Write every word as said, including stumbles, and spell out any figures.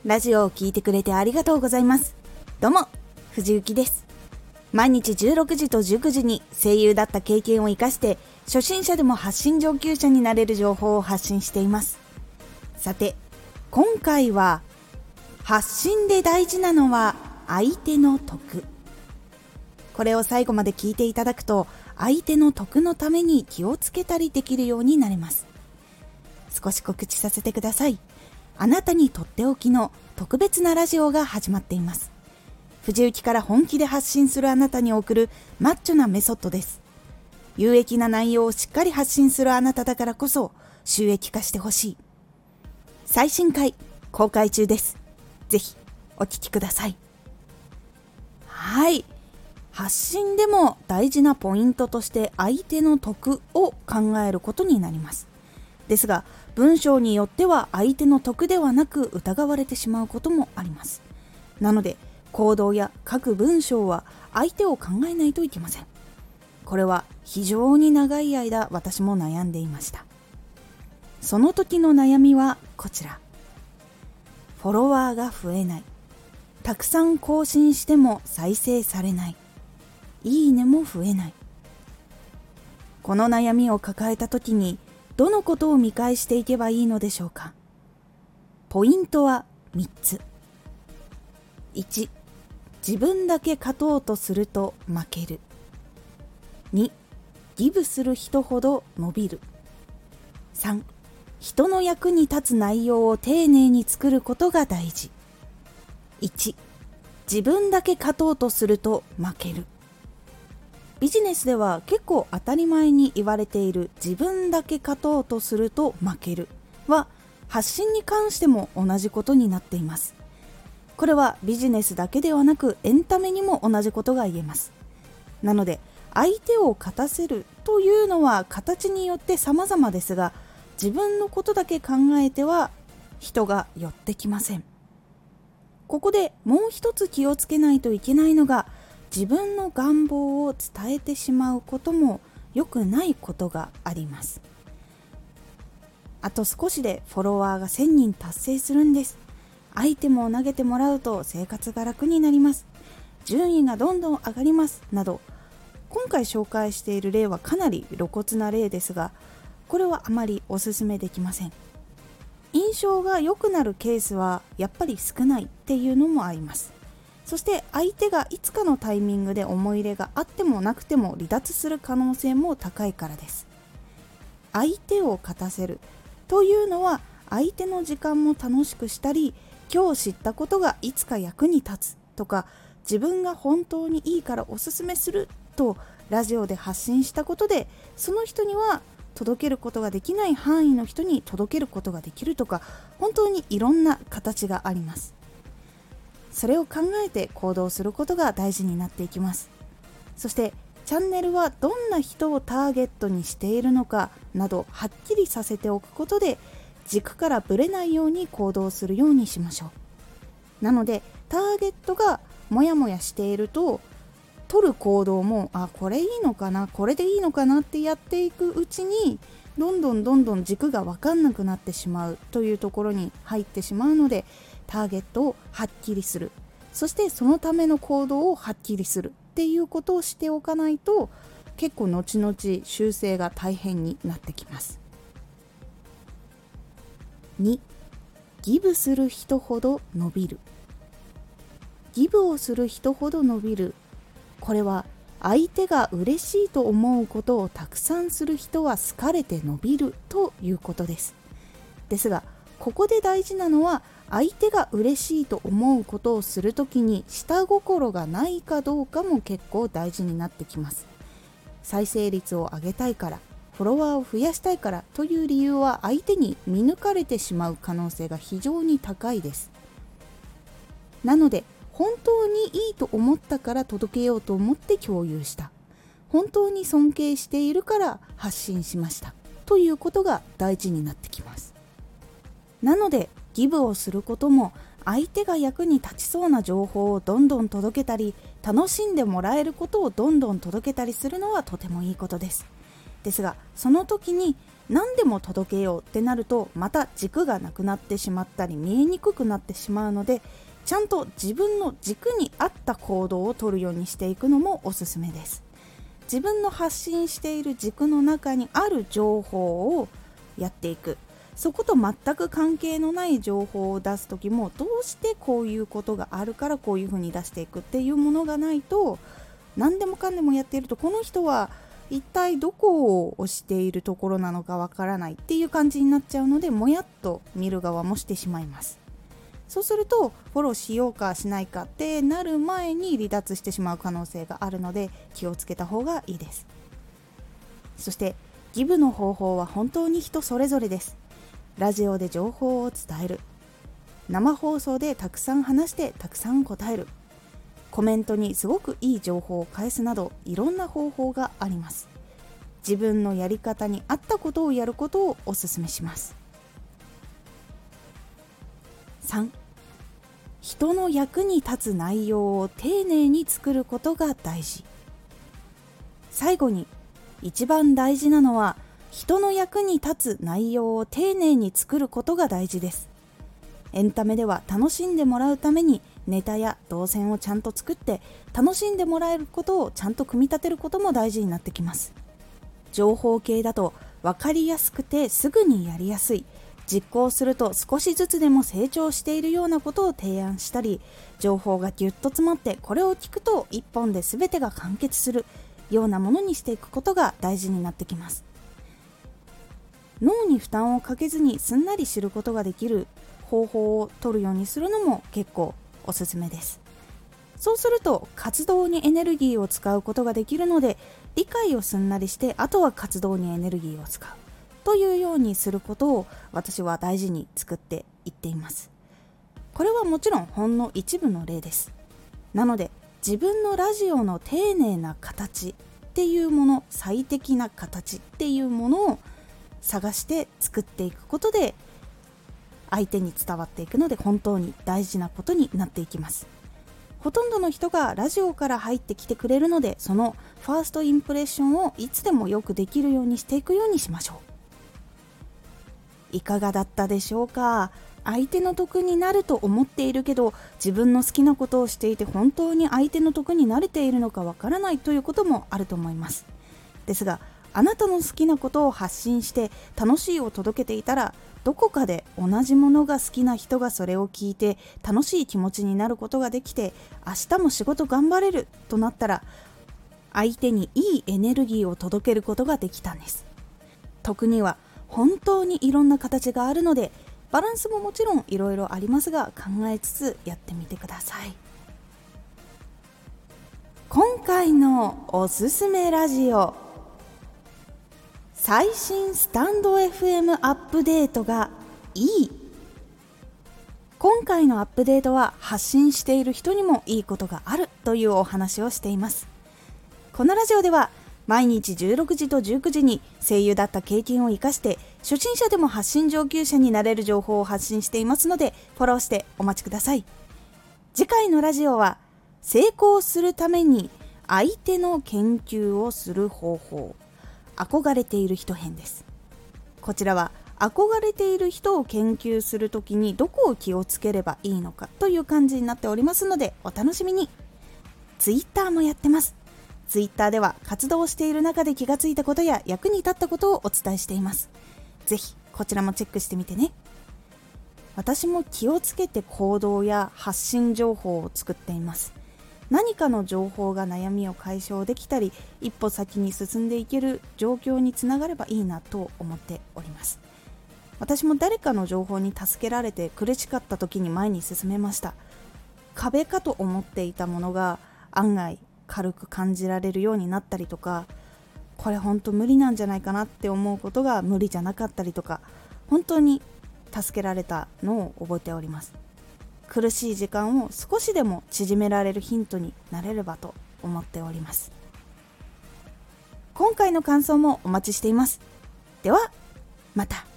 ラジオを聞いてくれてありがとうございます。どうも、藤幸です。毎日じゅうろくじとじゅうくじに声優だった経験を生かして初心者でも発信上級者になれる情報を発信しています。さて、今回は発信で大事なのは相手の得。これを最後まで聞いていただくと相手の得のために気をつけたりできるようになれます。少し告知させてください。あなたにとっておきの特別なラジオが始まっています。藤幸から本気で発信するあなたに送るマッチョなメソッドです。有益な内容をしっかり発信するあなただからこそ収益化してほしい。最新回公開中です。ぜひお聞きください。はい。発信でも大事なポイントとして相手の得を考えることになります。ですが、文章によっては相手の得ではなく疑われてしまうこともあります。なので、行動や書く文章は相手を考えないといけません。これは非常に長い間私も悩んでいました。その時の悩みはこちら。フォロワーが増えない。たくさん更新しても再生されない。いいねも増えない。この悩みを抱えた時にどのことを見返していけばいいのでしょうか。ポイントはみっつ。いち、自分だけ勝とうとすると負ける。に、ギブする人ほど伸びる。さん、人の役に立つ内容を丁寧に作ることが大事。いち、自分だけ勝とうとすると負ける。ビジネスでは結構当たり前に言われている自分だけ勝とうとすると負けるは発信に関しても同じことになっています。これはビジネスだけではなくエンタメにも同じことが言えます。なので相手を勝たせるというのは形によって様々ですが、自分のことだけ考えては人が寄ってきません。ここでもう一つ気をつけないといけないのが、自分の願望を伝えてしまうことも良くないことがあります。あと少しでフォロワーがせんにん達成するんです。アイテムを投げてもらうと生活が楽になります。順位がどんどん上がります。など、今回紹介している例はかなり露骨な例ですが、これはあまりお勧めできません。印象が良くなるケースはやっぱり少ないっていうのもあります。そして相手がいつかのタイミングで思い入れがあってもなくても離脱する可能性も高いからです。相手を勝たせるというのは相手の時間も楽しくしたり、今日知ったことがいつか役に立つとか、自分が本当にいいからおすすめするとラジオで発信したことで、その人には届けることができない範囲の人に届けることができるとか、本当にいろんな形があります。それを考えて行動することが大事になっていきます。そしてチャンネルはどんな人をターゲットにしているのかなどはっきりさせておくことで、軸からぶれないように行動するようにしましょう。なのでターゲットがモヤモヤしていると、取る行動もあこれいいのかな、これでいいのかなってやっていくうちに、どんどんどんどん軸が分かんなくなってしまうというところに入ってしまうので、ターゲットをはっきりする、そしてそのための行動をはっきりするっていうことをしておかないと、結構後々修正が大変になってきます。に、ギブする人ほど伸びる。ギブをする人ほど伸びる。これは相手が嬉しいと思うことをたくさんする人は好かれて伸びるということです。ですが、ここで大事なのは、相手が嬉しいと思うことをするときに下心がないかどうかも結構大事になってきます。再生率を上げたいから、フォロワーを増やしたいからという理由は相手に見抜かれてしまう可能性が非常に高いです。なので、本当にいいと思ったから届けようと思って共有した。本当に尊敬しているから発信しましたということが大事になってきます。なので、ギブをすることも相手が役に立ちそうな情報をどんどん届けたり、楽しんでもらえることをどんどん届けたりするのはとてもいいことです。ですが、その時に何でも届けようってなるとまた軸がなくなってしまったり見えにくくなってしまうので、ちゃんと自分の軸に合った行動を取るようにしていくのもおすすめです。自分の発信している軸の中にある情報をやっていく。そこと全く関係のない情報を出すときも、どうしてこういうことがあるからこういうふうに出していくっていうものがないと、何でもかんでもやっていると、この人は一体どこを押しているところなのかわからないっていう感じになっちゃうので、もやっと見る側もしてしまいます。そうするとフォローしようかしないかってなる前に離脱してしまう可能性があるので、気をつけた方がいいです。そしてギブの方法は本当に人それぞれです。ラジオで情報を伝える、生放送でたくさん話してたくさん答える、コメントにすごくいい情報を返すなど、いろんな方法があります。自分のやり方に合ったことをやることをお勧めします。さん、人の役に立つ内容を丁寧に作ることが大事。最後に、一番大事なのは人の役に立つ内容を丁寧に作ることが大事です。エンタメでは楽しんでもらうためにネタや動線をちゃんと作って、楽しんでもらえることをちゃんと組み立てることも大事になってきます。情報系だと分かりやすくてすぐにやりやすい、実行すると少しずつでも成長しているようなことを提案したり、情報がぎゅっと詰まってこれを聞くと一本で全てが完結するようなものにしていくことが大事になってきます。脳に負担をかけずにすんなり知ることができる方法を取るようにするのも結構おすすめです。そうすると活動にエネルギーを使うことができるので、理解をすんなりして、あとは活動にエネルギーを使うというようにすることを私は大事に作っていっています。これはもちろんほんの一部の例です。なので自分のラジオの丁寧な形っていうもの、最適な形っていうものを探して作っていくことで相手に伝わっていくので、本当に大事なことになっていきます。ほとんどの人がラジオから入ってきてくれるので、そのファーストインプレッションをいつでもよくできるようにしていくようにしましょう。いかがだったでしょうか。相手の得になると思っているけど、自分の好きなことをしていて本当に相手の得になれているのかわからないということもあると思います。ですが、あなたの好きなことを発信して楽しいを届けていたら、どこかで同じものが好きな人がそれを聞いて楽しい気持ちになることができて、明日も仕事頑張れるとなったら、相手にいいエネルギーを届けることができたんです。徳には本当にいろんな形があるので、バランスももちろんいろいろありますが、考えつつやってみてください。今回のおすすめラジオ、最新スタンド エフエム アップデートがいい。今回のアップデートは発信している人にもいいことがあるというお話をしています。このラジオでは毎日じゅうろくじとじゅうくじに声優だった経験を生かして初心者でも発信上級者になれる情報を発信していますので、フォローしてお待ちください。次回のラジオは成功するために相手の研究をする方法、憧れている人編です。こちらは憧れている人を研究するときにどこを気をつければいいのかという感じになっておりますので、お楽しみに。ツイッターもやってます。ツイッターでは活動している中で気がついたことや役に立ったことをお伝えしています。ぜひこちらもチェックしてみてね。私も気をつけて行動や発信情報を作っています。何かの情報が悩みを解消できたり、一歩先に進んでいける状況につながればいいなと思っております。私も誰かの情報に助けられて苦しかった時に前に進めました。壁かと思っていたものが案外軽く感じられるようになったりとか、これ本当無理なんじゃないかなって思うことが無理じゃなかったりとか、本当に助けられたのを覚えております。苦しい時間を少しでも縮められるヒントになれればと思っております。今回の感想もお待ちしています。ではまた。